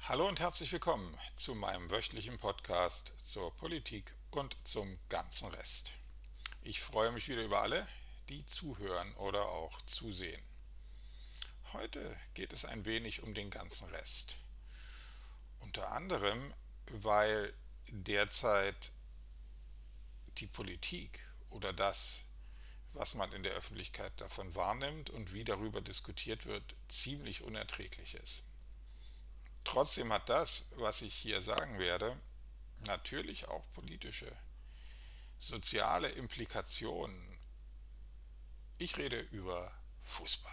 Hallo und herzlich willkommen zu meinem wöchentlichen Podcast zur Politik und zum ganzen Rest. Ich freue mich wieder über alle, die zuhören oder auch zusehen. Heute geht es ein wenig um den ganzen Rest. Unter anderem, weil derzeit die Politik oder das, was man in der Öffentlichkeit davon wahrnimmt und wie darüber diskutiert wird, ziemlich unerträglich ist. Trotzdem hat das, was ich hier sagen werde, natürlich auch politische, soziale Implikationen. Ich rede über Fußball.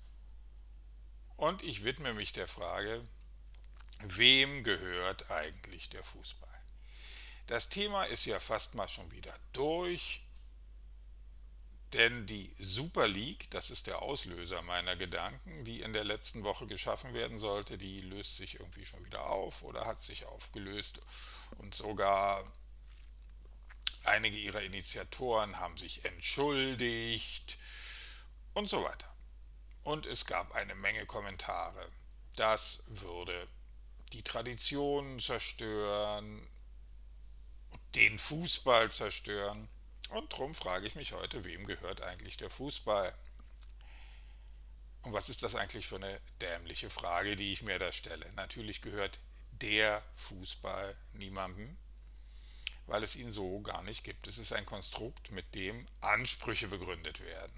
Und ich widme mich der Frage, wem gehört eigentlich der Fußball? Das Thema ist ja fast mal schon wieder durch, denn die Super League, das ist der Auslöser meiner Gedanken, die in der letzten Woche geschaffen werden sollte, die löst sich irgendwie schon wieder auf oder hat sich aufgelöst und sogar einige ihrer Initiatoren haben sich entschuldigt und so weiter. Und es gab eine Menge Kommentare. Das würde die Tradition zerstören, den Fußball zerstören. Und darum frage ich mich heute, wem gehört eigentlich der Fußball? Und was ist das eigentlich für eine dämliche Frage, die ich mir da stelle? Natürlich gehört der Fußball niemandem, weil es ihn so gar nicht gibt. Es ist ein Konstrukt, mit dem Ansprüche begründet werden.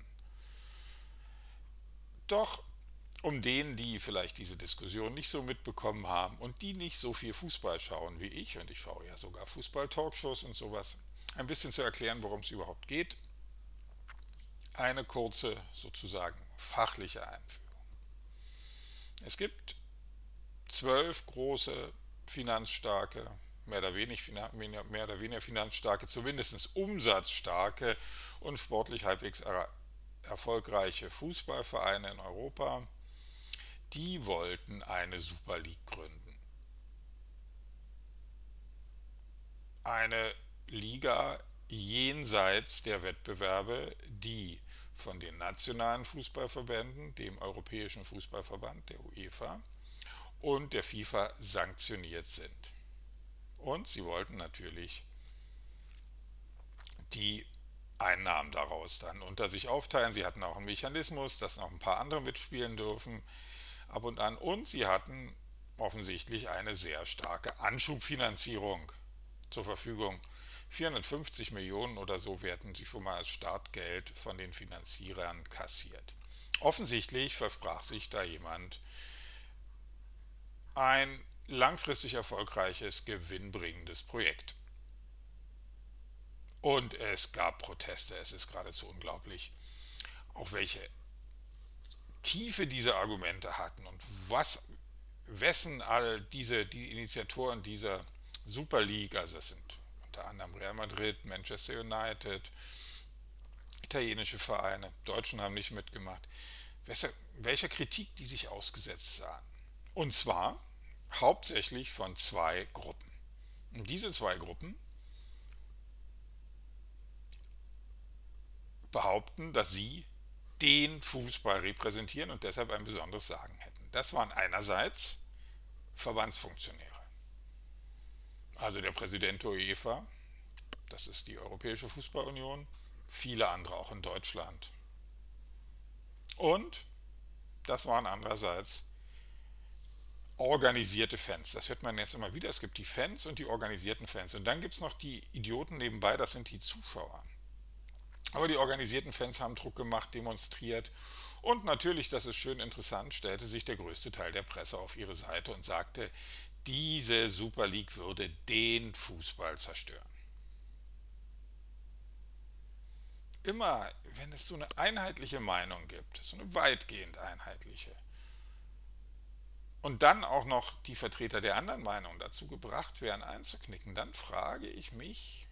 Doch um denen, die vielleicht diese Diskussion nicht so mitbekommen haben und die nicht so viel Fußball schauen wie ich, und ich schaue ja sogar Fußball-Talkshows und sowas, ein bisschen zu erklären, worum es überhaupt geht. Eine kurze, sozusagen fachliche Einführung. Es gibt 12 große, finanzstarke, mehr oder weniger finanzstarke, zumindest umsatzstarke und sportlich halbwegs erfolgreiche Fußballvereine in Europa, die wollten eine Super League gründen. Eine Liga jenseits der Wettbewerbe, die von den nationalen Fußballverbänden, dem Europäischen Fußballverband, der UEFA, und der FIFA sanktioniert sind. Und sie wollten natürlich die Einnahmen daraus dann unter sich aufteilen. Sie hatten auch einen Mechanismus, dass noch ein paar andere mitspielen dürfen, ab und an. Und sie hatten offensichtlich eine sehr starke Anschubfinanzierung zur Verfügung. 450 Millionen oder so werden sie schon mal als Startgeld von den Finanzierern kassiert. Offensichtlich versprach sich da jemand ein langfristig erfolgreiches, gewinnbringendes Projekt. Und es gab Proteste, es ist geradezu unglaublich, auch welche Tiefe diese Argumente hatten und wessen all die Initiatoren dieser Super League, also es sind unter anderem Real Madrid, Manchester United, italienische Vereine, Deutschen haben nicht mitgemacht, welcher Kritik die sich ausgesetzt sahen. Und zwar hauptsächlich von zwei Gruppen. Und diese zwei Gruppen behaupten, dass sie den Fußball repräsentieren und deshalb ein besonderes Sagen hätten. Das waren einerseits Verbandsfunktionäre, also der Präsident der UEFA, das ist die Europäische Fußballunion, viele andere auch in Deutschland. Und das waren andererseits organisierte Fans. Das hört man jetzt immer wieder. Es gibt die Fans und die organisierten Fans. Und dann gibt es noch die Idioten nebenbei, das sind die Zuschauer. Aber die organisierten Fans haben Druck gemacht, demonstriert. Und natürlich, das ist schön interessant, stellte sich der größte Teil der Presse auf ihre Seite und sagte, diese Super League würde den Fußball zerstören. Immer, wenn es so eine einheitliche Meinung gibt, so eine weitgehend einheitliche, und dann auch noch die Vertreter der anderen Meinung dazu gebracht werden, einzuknicken, dann frage ich mich,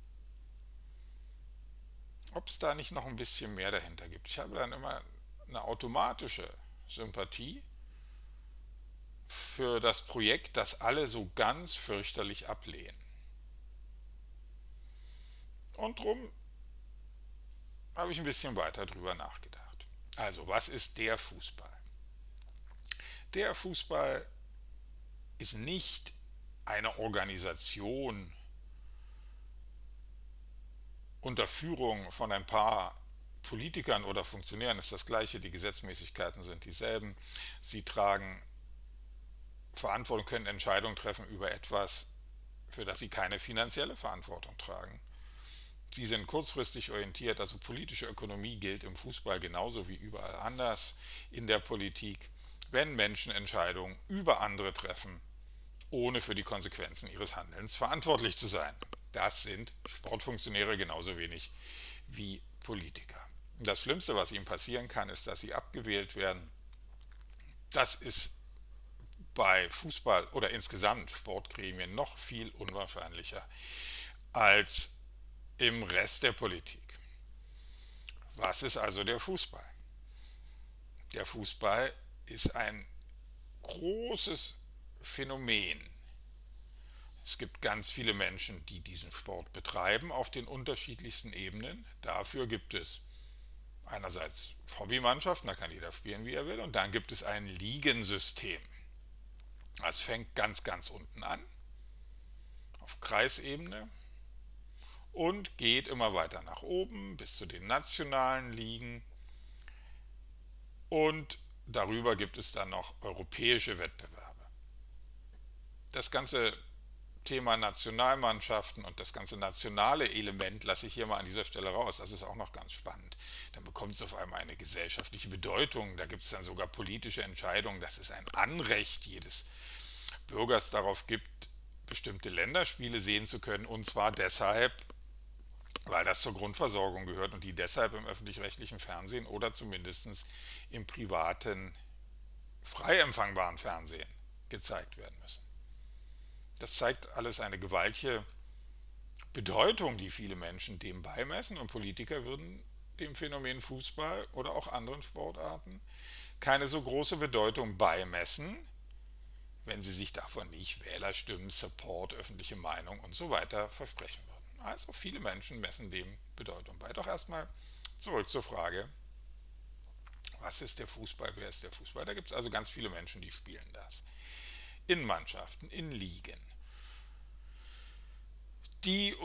ob es da nicht noch ein bisschen mehr dahinter gibt. Ich habe dann immer eine automatische Sympathie für das Projekt, das alle so ganz fürchterlich ablehnen. Und drum habe ich ein bisschen weiter drüber nachgedacht. Also, was ist der Fußball? Der Fußball ist nicht eine Organisation unter Führung von ein paar Politikern oder Funktionären, ist das gleiche, die Gesetzmäßigkeiten sind dieselben. Sie tragen Verantwortung, können Entscheidungen treffen über etwas, für das sie keine finanzielle Verantwortung tragen. Sie sind kurzfristig orientiert, also politische Ökonomie gilt im Fußball genauso wie überall anders in der Politik. Wenn Menschen Entscheidungen über andere treffen, ohne für die Konsequenzen ihres Handelns verantwortlich zu sein. Das sind Sportfunktionäre genauso wenig wie Politiker. Das Schlimmste, was ihnen passieren kann, ist, dass sie abgewählt werden. Das ist bei Fußball oder insgesamt Sportgremien noch viel unwahrscheinlicher als im Rest der Politik. Was ist also der Fußball? Der Fußball ist ein großes Phänomen. Es gibt ganz viele Menschen, die diesen Sport betreiben auf den unterschiedlichsten Ebenen. Dafür gibt es einerseits Hobbymannschaften, da kann jeder spielen, wie er will, und dann gibt es ein Ligensystem. Das fängt ganz, ganz unten an, auf Kreisebene, und geht immer weiter nach oben bis zu den nationalen Ligen. Und darüber gibt es dann noch europäische Wettbewerbe. Das ganze Thema Nationalmannschaften und das ganze nationale Element lasse ich hier mal an dieser Stelle raus. Das ist auch noch ganz spannend. Dann bekommt es auf einmal eine gesellschaftliche Bedeutung. Da gibt es dann sogar politische Entscheidungen, dass es ein Anrecht jedes Bürgers darauf gibt, bestimmte Länderspiele sehen zu können. Und zwar deshalb, weil das zur Grundversorgung gehört und die deshalb im öffentlich-rechtlichen Fernsehen oder zumindest im privaten, frei empfangbaren Fernsehen gezeigt werden müssen. Das zeigt alles eine gewaltige Bedeutung, die viele Menschen dem beimessen, und Politiker würden dem Phänomen Fußball oder auch anderen Sportarten keine so große Bedeutung beimessen, wenn sie sich davon nicht Wählerstimmen, Support, öffentliche Meinung und so weiter versprechen würden. Also viele Menschen messen dem Bedeutung bei. Doch erstmal zurück zur Frage, was ist der Fußball, wer ist der Fußball? Da gibt es also ganz viele Menschen, die spielen das. In Mannschaften, in Ligen. Die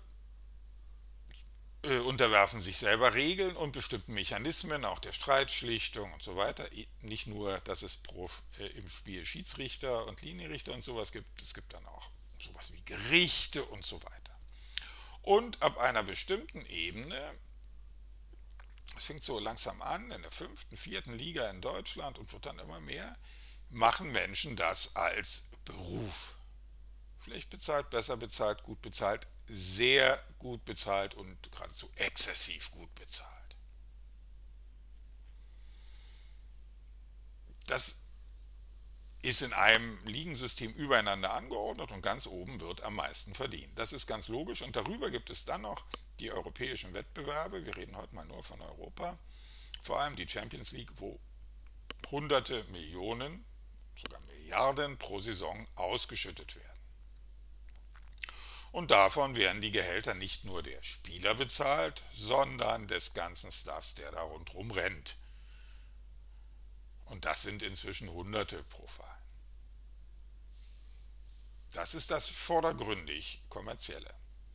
unterwerfen sich selber Regeln und bestimmten Mechanismen, auch der Streitschlichtung und so weiter. Nicht nur, dass es im Spiel Schiedsrichter und Linienrichter und sowas gibt, es gibt dann auch sowas wie Gerichte und so weiter. Und ab einer bestimmten Ebene, es fängt so langsam an, in der 5., 4. Liga in Deutschland und wird dann immer mehr, machen Menschen das als Beruf. Schlecht bezahlt, besser bezahlt, gut bezahlt, sehr gut bezahlt und geradezu exzessiv gut bezahlt. Das ist in einem Ligensystem übereinander angeordnet und ganz oben wird am meisten verdient. Das ist ganz logisch, und darüber gibt es dann noch die europäischen Wettbewerbe. Wir reden heute mal nur von Europa. Vor allem die Champions League, wo hunderte Millionen, sogar Milliarden pro Saison ausgeschüttet werden. Und davon werden die Gehälter nicht nur der Spieler bezahlt, sondern des ganzen Staffs, der da rundherum rennt. Und das sind inzwischen Hunderte pro Verein. Das ist das vordergründig Kommerzielle.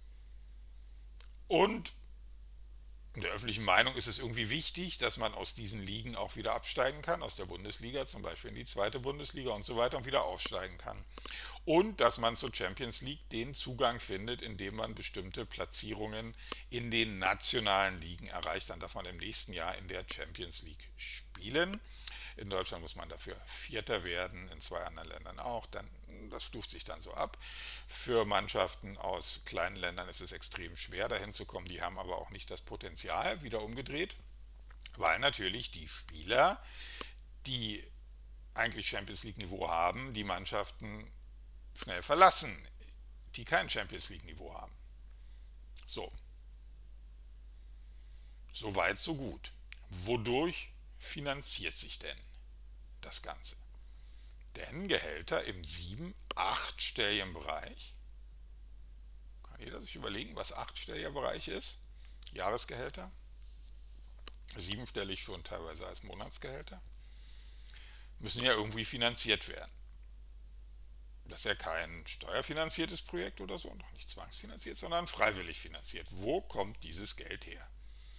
Und in der öffentlichen Meinung ist es irgendwie wichtig, dass man aus diesen Ligen auch wieder absteigen kann, aus der Bundesliga zum Beispiel in die 2. Bundesliga und so weiter, und wieder aufsteigen kann. Und dass man zur Champions League den Zugang findet, indem man bestimmte Platzierungen in den nationalen Ligen erreicht. Dann darf man im nächsten Jahr in der Champions League spielen. In Deutschland muss man dafür Vierter werden, in 2 anderen Ländern auch. Das stuft sich dann so ab. Für Mannschaften aus kleinen Ländern ist es extrem schwer, dahin zu kommen. Die haben aber auch nicht das Potenzial, wieder umgedreht, weil natürlich die Spieler, die eigentlich Champions League-Niveau haben, die Mannschaften schnell verlassen, die kein Champions League-Niveau haben. So. So weit, so gut. Wodurch finanziert sich denn das Ganze? Denn Gehälter im 7-, 8-stelligen Bereich, kann jeder sich überlegen, was 8-stelliger Bereich ist? Jahresgehälter, 7-stellig schon teilweise als Monatsgehälter, müssen ja irgendwie finanziert werden. Das ist ja kein steuerfinanziertes Projekt oder so, noch nicht zwangsfinanziert, sondern freiwillig finanziert. Wo kommt dieses Geld her?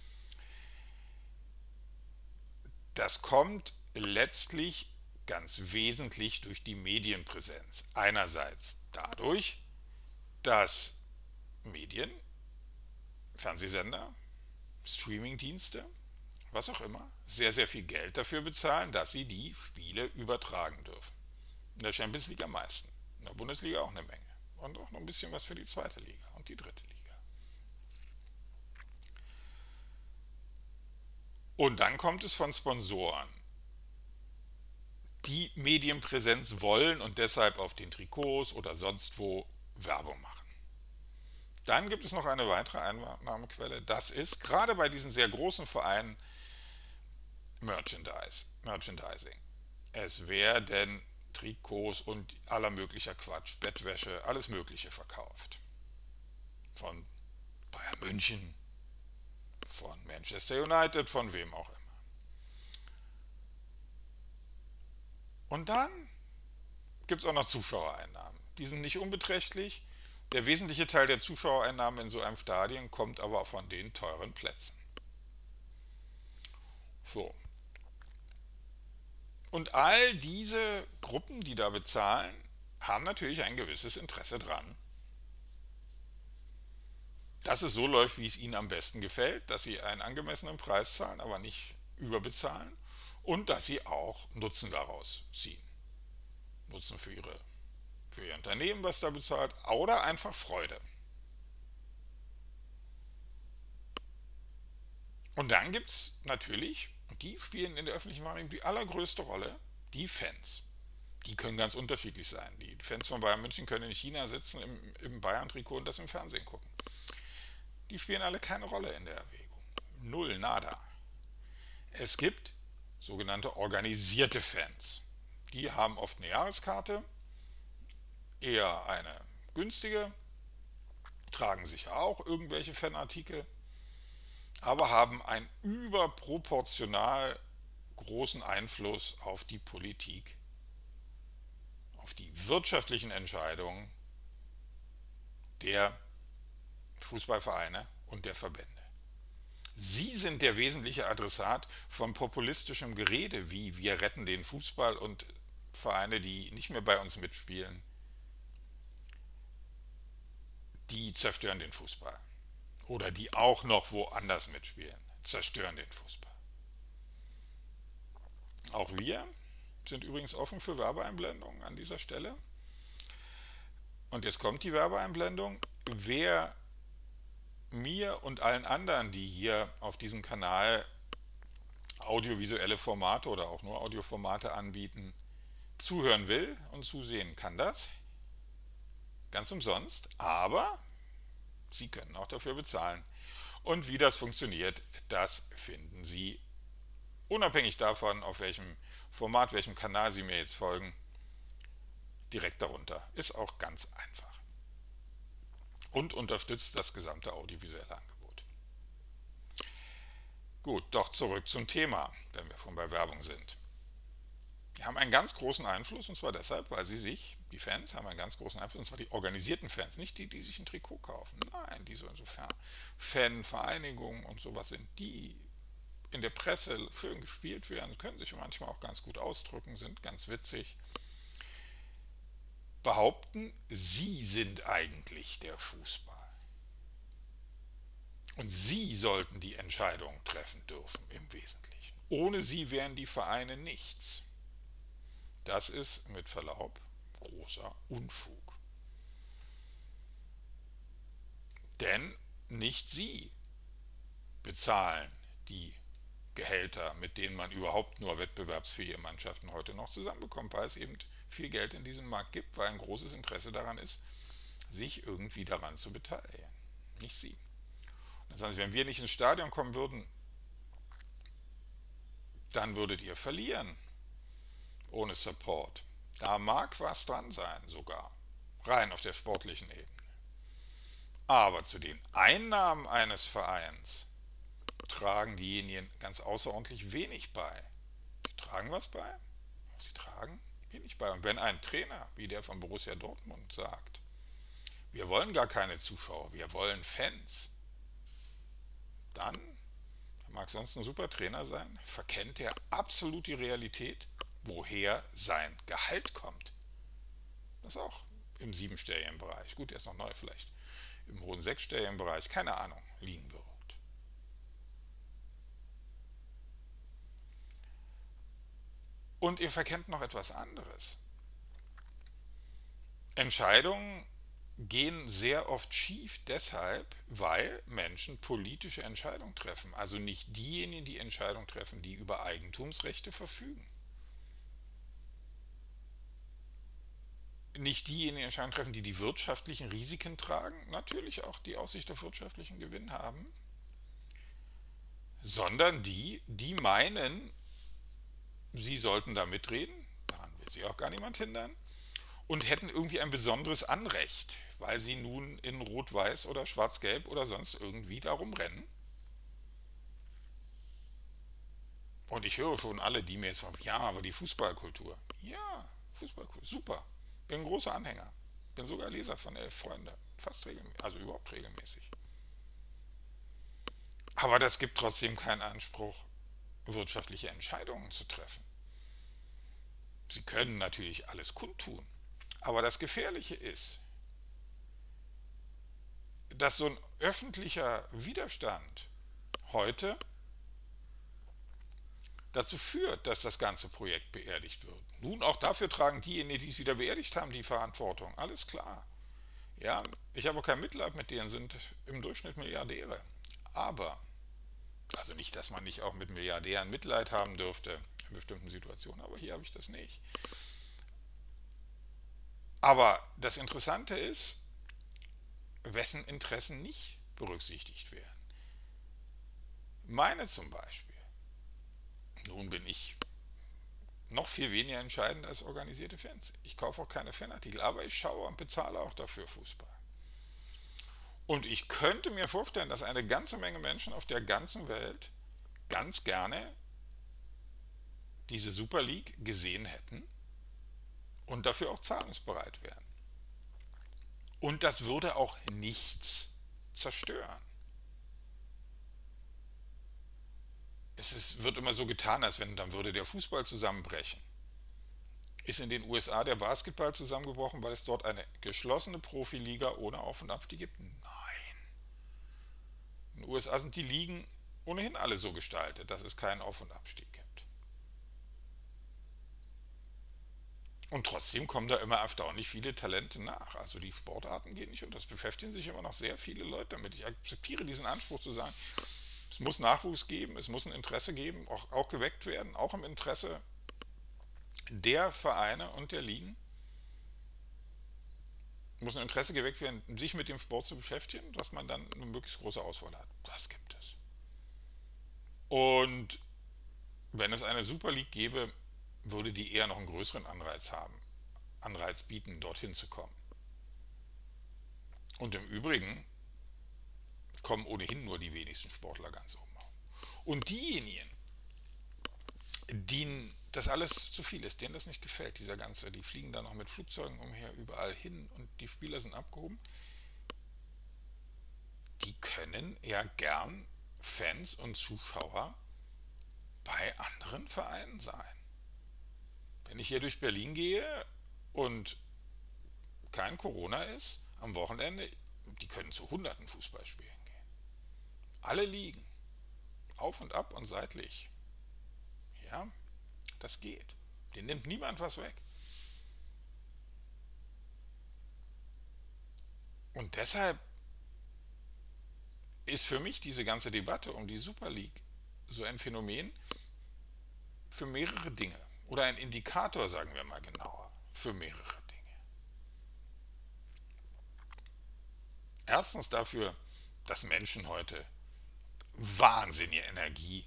Das kommt letztlich ganz wesentlich durch die Medienpräsenz. Einerseits dadurch, dass Medien, Fernsehsender, Streamingdienste, was auch immer, sehr, sehr viel Geld dafür bezahlen, dass sie die Spiele übertragen dürfen. In der Champions League am meisten. In der Bundesliga auch eine Menge. Und auch noch ein bisschen was für die zweite Liga und die dritte Liga. Und dann kommt es von Sponsoren, die Medienpräsenz wollen und deshalb auf den Trikots oder sonst wo Werbung machen. Dann gibt es noch eine weitere Einnahmequelle. Das ist gerade bei diesen sehr großen Vereinen Merchandising. Es werden Trikots und aller möglicher Quatsch, Bettwäsche, alles Mögliche verkauft. Von Bayern München, von Manchester United, von wem auch immer. Und dann gibt es auch noch Zuschauereinnahmen. Die sind nicht unbeträchtlich. Der wesentliche Teil der Zuschauereinnahmen in so einem Stadion kommt aber von den teuren Plätzen. So. Und all diese Gruppen, die da bezahlen, haben natürlich ein gewisses Interesse dran, dass es so läuft, wie es ihnen am besten gefällt, dass sie einen angemessenen Preis zahlen, aber nicht überbezahlen und dass sie auch Nutzen daraus ziehen. Nutzen für ihr Unternehmen, was da bezahlt, oder einfach Freude. Und dann gibt es natürlich, und die spielen in der öffentlichen Wahrnehmung die allergrößte Rolle, die Fans. Die können ganz unterschiedlich sein. Die Fans von Bayern München können in China sitzen im Bayern-Trikot und das im Fernsehen gucken. Die spielen alle keine Rolle in der Erwägung. Null, nada. Es gibt sogenannte organisierte Fans. Die haben oft eine Jahreskarte, eher eine günstige, tragen sicher auch irgendwelche Fanartikel, aber haben einen überproportional großen Einfluss auf die Politik, auf die wirtschaftlichen Entscheidungen der Fußballvereine und der Verbände. Sie sind der wesentliche Adressat von populistischem Gerede wie wir retten den Fußball und Vereine, die nicht mehr bei uns mitspielen, die zerstören den Fußball. Oder die auch noch woanders mitspielen, zerstören den Fußball. Auch wir sind übrigens offen für Werbeeinblendungen an dieser Stelle. Und jetzt kommt die Werbeeinblendung. Wer mir und allen anderen, die hier auf diesem Kanal audiovisuelle Formate oder auch nur Audioformate anbieten, zuhören will und zusehen kann das. Ganz umsonst, aber Sie können auch dafür bezahlen. Und wie das funktioniert, das finden Sie unabhängig davon, auf welchem Format, welchem Kanal Sie mir jetzt folgen, direkt darunter. Ist auch ganz einfach. Und unterstützt das gesamte audiovisuelle Angebot. Gut, doch zurück zum Thema, wenn wir schon bei Werbung sind. Die haben einen ganz großen Einfluss, und zwar deshalb, weil die Fans haben einen ganz großen Einfluss, und zwar die organisierten Fans, nicht die, die sich ein Trikot kaufen. Nein, die so insofern Fanvereinigungen und sowas sind, die in der Presse schön gespielt werden, können sich manchmal auch ganz gut ausdrücken, sind ganz witzig. Behaupten, sie sind eigentlich der Fußball. Und sie sollten die Entscheidungen treffen dürfen im Wesentlichen. Ohne sie wären die Vereine nichts. Das ist mit Verlaub großer Unfug. Denn nicht sie bezahlen die Gehälter, mit denen man überhaupt nur wettbewerbsfähige Mannschaften heute noch zusammenbekommt, weil es eben viel Geld in diesem Markt gibt, weil ein großes Interesse daran ist, sich irgendwie daran zu beteiligen. Nicht sie. Das heißt, wenn wir nicht ins Stadion kommen würden, dann würdet ihr verlieren ohne Support. Da mag was dran sein sogar, rein auf der sportlichen Ebene. Aber zu den Einnahmen eines Vereins tragen diejenigen ganz außerordentlich wenig bei. Sie tragen was bei, sie tragen Bin ich bei. Und wenn ein Trainer wie der von Borussia Dortmund sagt, wir wollen gar keine Zuschauer, wir wollen Fans, dann, er mag sonst ein super Trainer sein, verkennt er absolut die Realität, woher sein Gehalt kommt. Das ist auch im siebenstelligen Bereich. Gut, er ist noch neu, vielleicht im hohen sechsstelligen Bereich, keine Ahnung, liegen wird. Und ihr verkennt noch etwas anderes. Entscheidungen gehen sehr oft schief deshalb, weil Menschen politische Entscheidungen treffen. Also nicht diejenigen, die Entscheidungen treffen, die über Eigentumsrechte verfügen. Nicht diejenigen Entscheidungen treffen, die die wirtschaftlichen Risiken tragen, natürlich auch die Aussicht auf wirtschaftlichen Gewinn haben, sondern die, die meinen, sie sollten da mitreden, daran will sie auch gar niemand hindern, und hätten irgendwie ein besonderes Anrecht, weil sie nun in Rot-Weiß oder Schwarz-Gelb oder sonst irgendwie da rumrennen. Und ich höre schon alle, die mir jetzt sagen, ja, aber die Fußballkultur. Ja, Fußballkultur, super. Bin ein großer Anhänger. Bin sogar Leser von Elf Freunde. Fast regelmäßig, also überhaupt regelmäßig. Aber das gibt trotzdem keinen Anspruch, wirtschaftliche Entscheidungen zu treffen. Sie können natürlich alles kundtun. Aber das Gefährliche ist, dass so ein öffentlicher Widerstand heute dazu führt, dass das ganze Projekt beerdigt wird. Nun, auch dafür tragen diejenigen, die es wieder beerdigt haben, die Verantwortung. Alles klar. Ja, ich habe auch kein Mitleid mit denen, sind im Durchschnitt Milliardäre. Aber, also nicht, dass man nicht auch mit Milliardären Mitleid haben dürfte in bestimmten Situationen, aber hier habe ich das nicht. Aber das Interessante ist, wessen Interessen nicht berücksichtigt werden. Meine zum Beispiel. Nun bin ich noch viel weniger entscheidend als organisierte Fans. Ich kaufe auch keine Fanartikel, aber ich schaue und bezahle auch dafür Fußball. Und ich könnte mir vorstellen, dass eine ganze Menge Menschen auf der ganzen Welt ganz gerne diese Super League gesehen hätten und dafür auch zahlungsbereit wären. Und das würde auch nichts zerstören. Wird immer so getan, als wenn dann würde der Fußball zusammenbrechen. Ist in den USA der Basketball zusammengebrochen, weil es dort eine geschlossene Profiliga ohne Auf- und Abstieg gibt? Nein. In den USA sind die Ligen ohnehin alle so gestaltet, dass es keinen Auf- und Abstieg gibt. Und trotzdem kommen da immer erstaunlich viele Talente nach. Also die Sportarten gehen nicht und das beschäftigen sich immer noch sehr viele Leute damit. Ich akzeptiere diesen Anspruch zu sagen, es muss Nachwuchs geben, es muss ein Interesse geben, auch geweckt werden, auch im Interesse der Vereine und der Ligen. Muss ein Interesse geweckt werden, sich mit dem Sport zu beschäftigen, dass man dann eine möglichst große Auswahl hat. Das gibt es. Und wenn es eine Super League gäbe, würde die eher noch einen größeren Anreiz bieten, dorthin zu kommen. Und im Übrigen kommen ohnehin nur die wenigsten Sportler ganz oben auf. Und diejenigen, denen das alles zu viel ist, denen das nicht gefällt, die fliegen da noch mit Flugzeugen umher, überall hin und die Spieler sind abgehoben, die können ja gern Fans und Zuschauer bei anderen Vereinen sein. Wenn ich hier durch Berlin gehe und kein Corona ist, am Wochenende, die können zu hunderten Fußballspielen gehen. Alle liegen. Auf und ab und seitlich. Ja, das geht. Den nimmt niemand was weg. Und deshalb ist für mich diese ganze Debatte um die Super League so ein Phänomen für mehrere Dinge. Oder ein Indikator, sagen wir mal genauer, für mehrere Dinge. Erstens dafür, dass Menschen heute wahnsinnige Energie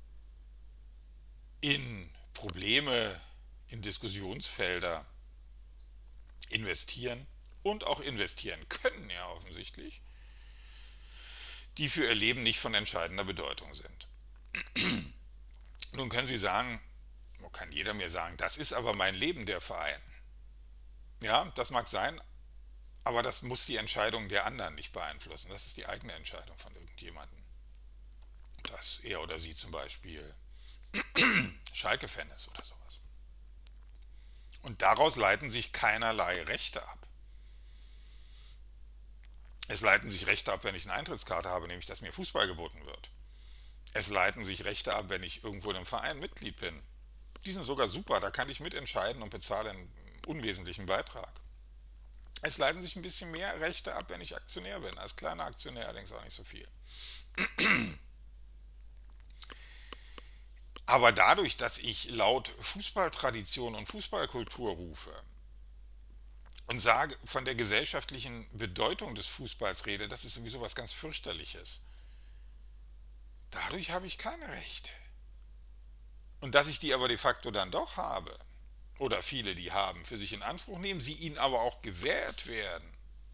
in Probleme, in Diskussionsfelder investieren und auch investieren können, ja offensichtlich, die für ihr Leben nicht von entscheidender Bedeutung sind. Nun können Sie sagen, Nur kann jeder mir sagen, das ist aber mein Leben, der Verein. Ja, das mag sein, aber das muss die Entscheidung der anderen nicht beeinflussen. Das ist die eigene Entscheidung von irgendjemandem. Dass er oder sie zum Beispiel Schalke-Fan ist oder sowas. Und daraus leiten sich keinerlei Rechte ab. Es leiten sich Rechte ab, wenn ich eine Eintrittskarte habe, nämlich dass mir Fußball geboten wird. Es leiten sich Rechte ab, wenn ich irgendwo in einem Verein Mitglied bin. Die sind sogar super, da kann ich mitentscheiden und bezahle einen unwesentlichen Beitrag. Es leiten sich ein bisschen mehr Rechte ab, wenn ich Aktionär bin. Als kleiner Aktionär allerdings auch nicht so viel. Aber dadurch, dass ich laut Fußballtradition und Fußballkultur rufe und sage, von der gesellschaftlichen Bedeutung des Fußballs rede, das ist sowieso was ganz fürchterliches. Dadurch habe ich keine Rechte. Und dass ich die aber de facto dann doch habe, oder viele die haben, für sich in Anspruch nehmen, sie ihnen aber auch gewährt werden,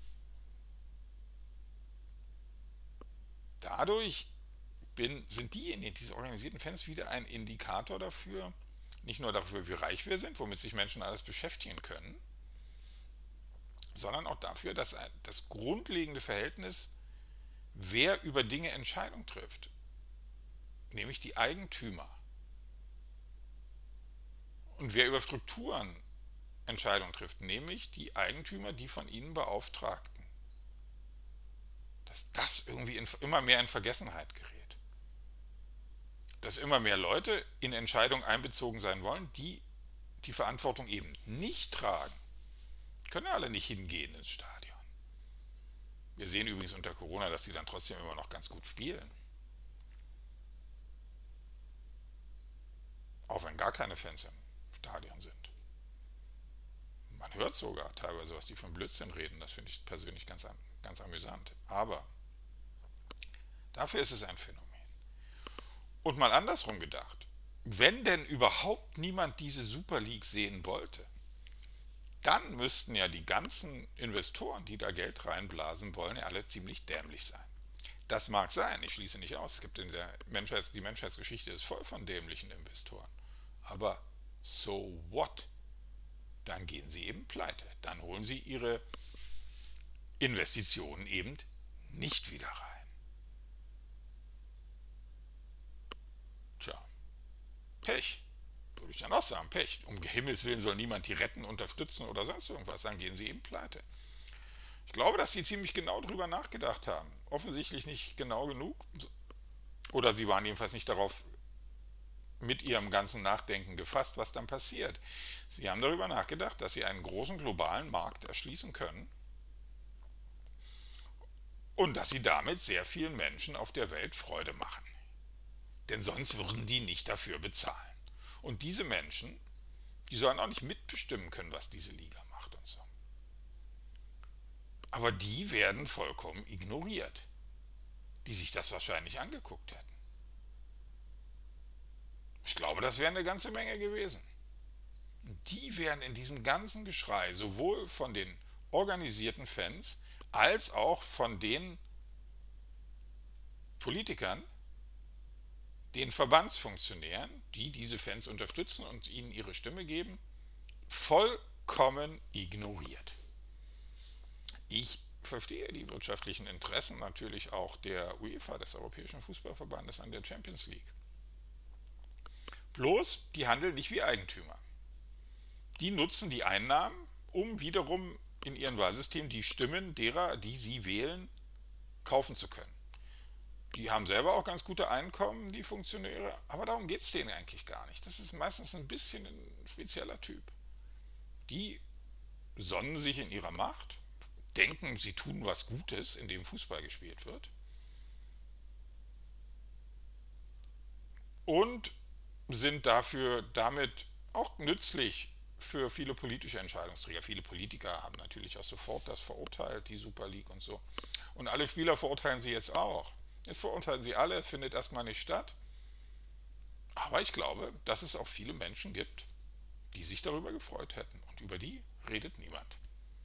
dadurch sind diejenigen, diese organisierten Fans, wieder ein Indikator dafür, nicht nur dafür, wie reich wir sind, womit sich Menschen alles beschäftigen können, sondern auch dafür, dass das grundlegende Verhältnis, wer über Dinge Entscheidung trifft, nämlich die Eigentümer, und wer über Strukturen Entscheidungen trifft, nämlich die Eigentümer, die von ihnen Beauftragten, dass das irgendwie immer mehr in Vergessenheit gerät. Dass immer mehr Leute in Entscheidungen einbezogen sein wollen, die die Verantwortung eben nicht tragen. Können ja alle nicht hingehen ins Stadion. Wir sehen übrigens unter Corona, dass sie dann trotzdem immer noch ganz gut spielen. Auch wenn gar keine Fans im Stadion sind. Man hört sogar teilweise, was die von Blödsinn reden. Das finde ich persönlich ganz amüsant. Aber dafür ist es ein Phänomen. Und mal andersrum gedacht. Wenn denn überhaupt niemand diese Super League sehen wollte, dann müssten ja die ganzen Investoren, die da Geld reinblasen wollen, ja alle ziemlich dämlich sein. Das mag sein, ich schließe nicht aus. Es gibt die Menschheitsgeschichte ist voll von dämlichen Investoren. Aber so what? Dann gehen sie eben pleite. Dann holen sie ihre Investitionen eben nicht wieder rein. Tja, Pech. Würde ich dann auch sagen, Pech. Um Himmels Willen soll niemand die retten, unterstützen oder sonst irgendwas. Dann gehen sie eben pleite. Ich glaube, dass die ziemlich genau drüber nachgedacht haben. Offensichtlich nicht genau genug. Oder sie waren jedenfalls nicht darauf mit ihrem ganzen Nachdenken gefasst, was dann passiert. Sie haben darüber nachgedacht, dass sie einen großen globalen Markt erschließen können und dass sie damit sehr vielen Menschen auf der Welt Freude machen. Denn sonst würden die nicht dafür bezahlen. Und diese Menschen, die sollen auch nicht mitbestimmen können, was diese Liga macht und so. Aber die werden vollkommen ignoriert, die sich das wahrscheinlich angeguckt hätten. Ich glaube, das wäre eine ganze Menge gewesen. Die wären in diesem ganzen Geschrei sowohl von den organisierten Fans als auch von den Politikern, den Verbandsfunktionären, die diese Fans unterstützen und ihnen ihre Stimme geben, vollkommen ignoriert. Ich verstehe die wirtschaftlichen Interessen natürlich auch der UEFA, des Europäischen Fußballverbandes, an der Champions League. Bloß, die handeln nicht wie Eigentümer. Die nutzen die Einnahmen, um wiederum in ihrem Wahlsystem die Stimmen derer, die sie wählen, kaufen zu können. Die haben selber auch ganz gute Einkommen, die Funktionäre, aber darum geht es denen eigentlich gar nicht. Das ist meistens ein bisschen ein spezieller Typ. Die sonnen sich in ihrer Macht, denken, sie tun was Gutes, indem Fußball gespielt wird, und sind damit auch nützlich für viele politische Entscheidungsträger. Viele Politiker haben natürlich auch sofort das verurteilt, die Super League und so. Und alle Spieler verurteilen sie jetzt auch. Jetzt verurteilen sie alle, findet erstmal nicht statt. Aber ich glaube, dass es auch viele Menschen gibt, die sich darüber gefreut hätten. Und über die redet niemand.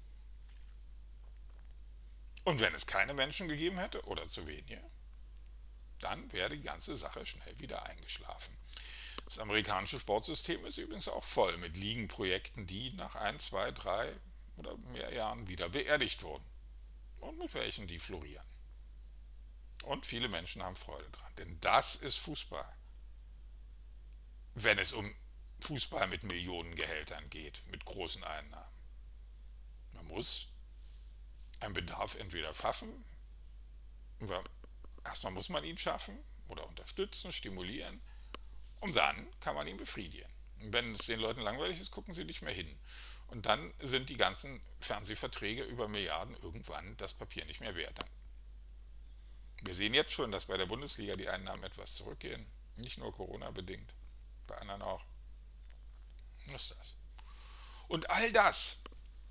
Und wenn es keine Menschen gegeben hätte, oder zu wenige, dann wäre die ganze Sache schnell wieder eingeschlafen. Das amerikanische Sportsystem ist übrigens auch voll mit Ligenprojekten, die nach ein, zwei, drei oder mehr Jahren wieder beerdigt wurden. Und mit welchen, die florieren. Und viele Menschen haben Freude dran. Denn das ist Fußball. Wenn es um Fußball mit Millionengehältern geht, mit großen Einnahmen. Man muss einen Bedarf entweder schaffen, erstmal muss man ihn schaffen oder unterstützen, stimulieren und dann kann man ihn befriedigen. Und wenn es den Leuten langweilig ist, gucken sie nicht mehr hin. Und dann sind die ganzen Fernsehverträge über Milliarden irgendwann das Papier nicht mehr wert. Wir sehen jetzt schon, dass bei der Bundesliga die Einnahmen etwas zurückgehen. Nicht nur Corona-bedingt, bei anderen auch. Was ist das? Und all das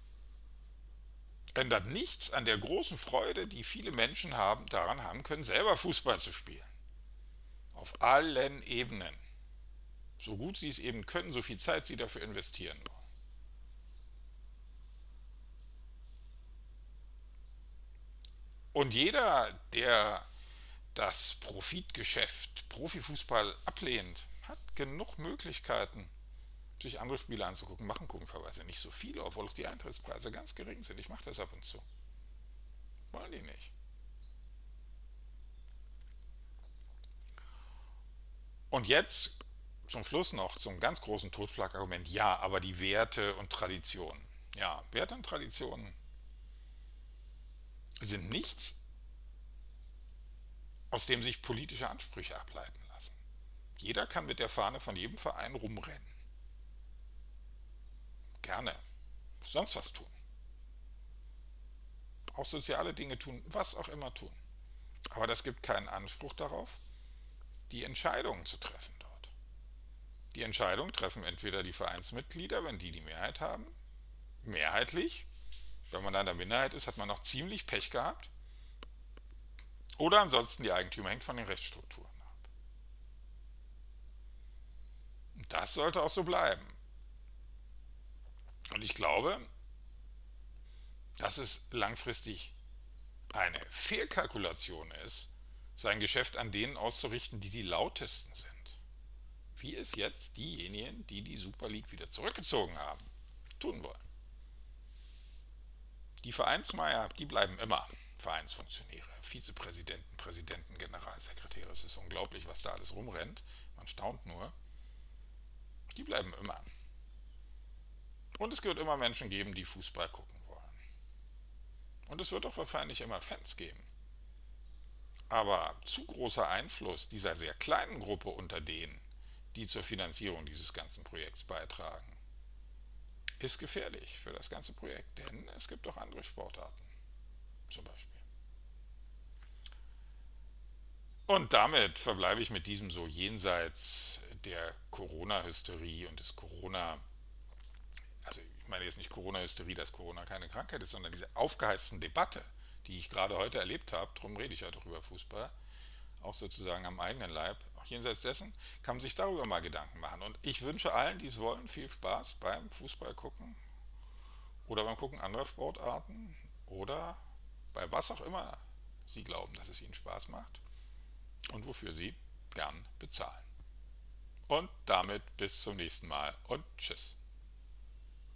ändert nichts an der großen Freude, die viele Menschen daran haben können, selber Fußball zu spielen. Auf allen Ebenen. So gut sie es eben können, so viel Zeit sie dafür investieren wollen. Und jeder, der das Profitgeschäft Profifußball ablehnt, hat genug Möglichkeiten, sich andere Spiele anzugucken. Machen komischerweise nicht so viele, obwohl auch die Eintrittspreise ganz gering sind. Ich mache das ab und zu. Wollen die nicht. Und jetzt zum Schluss noch zum ganz großen Totschlagargument. Ja, aber die Werte und Traditionen. Ja, Werte und Traditionen sind nichts, aus dem sich politische Ansprüche ableiten lassen. Jeder kann mit der Fahne von jedem Verein rumrennen. Gerne. Sonst was tun. Auch soziale Dinge tun, was auch immer tun. Aber das gibt keinen Anspruch darauf, die Entscheidungen zu treffen dort. Die Entscheidungen treffen entweder die Vereinsmitglieder, wenn die Mehrheit haben, mehrheitlich. Wenn man dann in der Minderheit ist, hat man noch ziemlich Pech gehabt. Oder ansonsten die Eigentümer, hängt von den Rechtsstrukturen ab. Und das sollte auch so bleiben. Und ich glaube, dass es langfristig eine Fehlkalkulation ist, sein Geschäft an denen auszurichten, die die lautesten sind. Wie es jetzt diejenigen, die die Super League wieder zurückgezogen haben, tun wollen. Die Vereinsmeier, die bleiben immer Vereinsfunktionäre, Vizepräsidenten, Präsidenten, Generalsekretäre. Es ist unglaublich, was da alles rumrennt. Man staunt nur. Die bleiben immer. Und es wird immer Menschen geben, die Fußball gucken wollen. Und es wird auch wahrscheinlich immer Fans geben. Aber zu großer Einfluss dieser sehr kleinen Gruppe unter denen, die zur Finanzierung dieses ganzen Projekts beitragen, ist gefährlich für das ganze Projekt. Denn es gibt auch andere Sportarten, zum Beispiel. Und damit verbleibe ich mit diesem so jenseits der Corona-Hysterie und des Corona, also ich meine jetzt nicht Corona-Hysterie, dass Corona keine Krankheit ist, sondern diese aufgeheizten Debatte, die ich gerade heute erlebt habe, darum rede ich heute auch über Fußball, auch sozusagen am eigenen Leib. Auch jenseits dessen kann man sich darüber mal Gedanken machen. Und ich wünsche allen, die es wollen, viel Spaß beim Fußball gucken oder beim Gucken anderer Sportarten oder bei was auch immer sie glauben, dass es ihnen Spaß macht und wofür sie gern bezahlen. Und damit bis zum nächsten Mal und tschüss.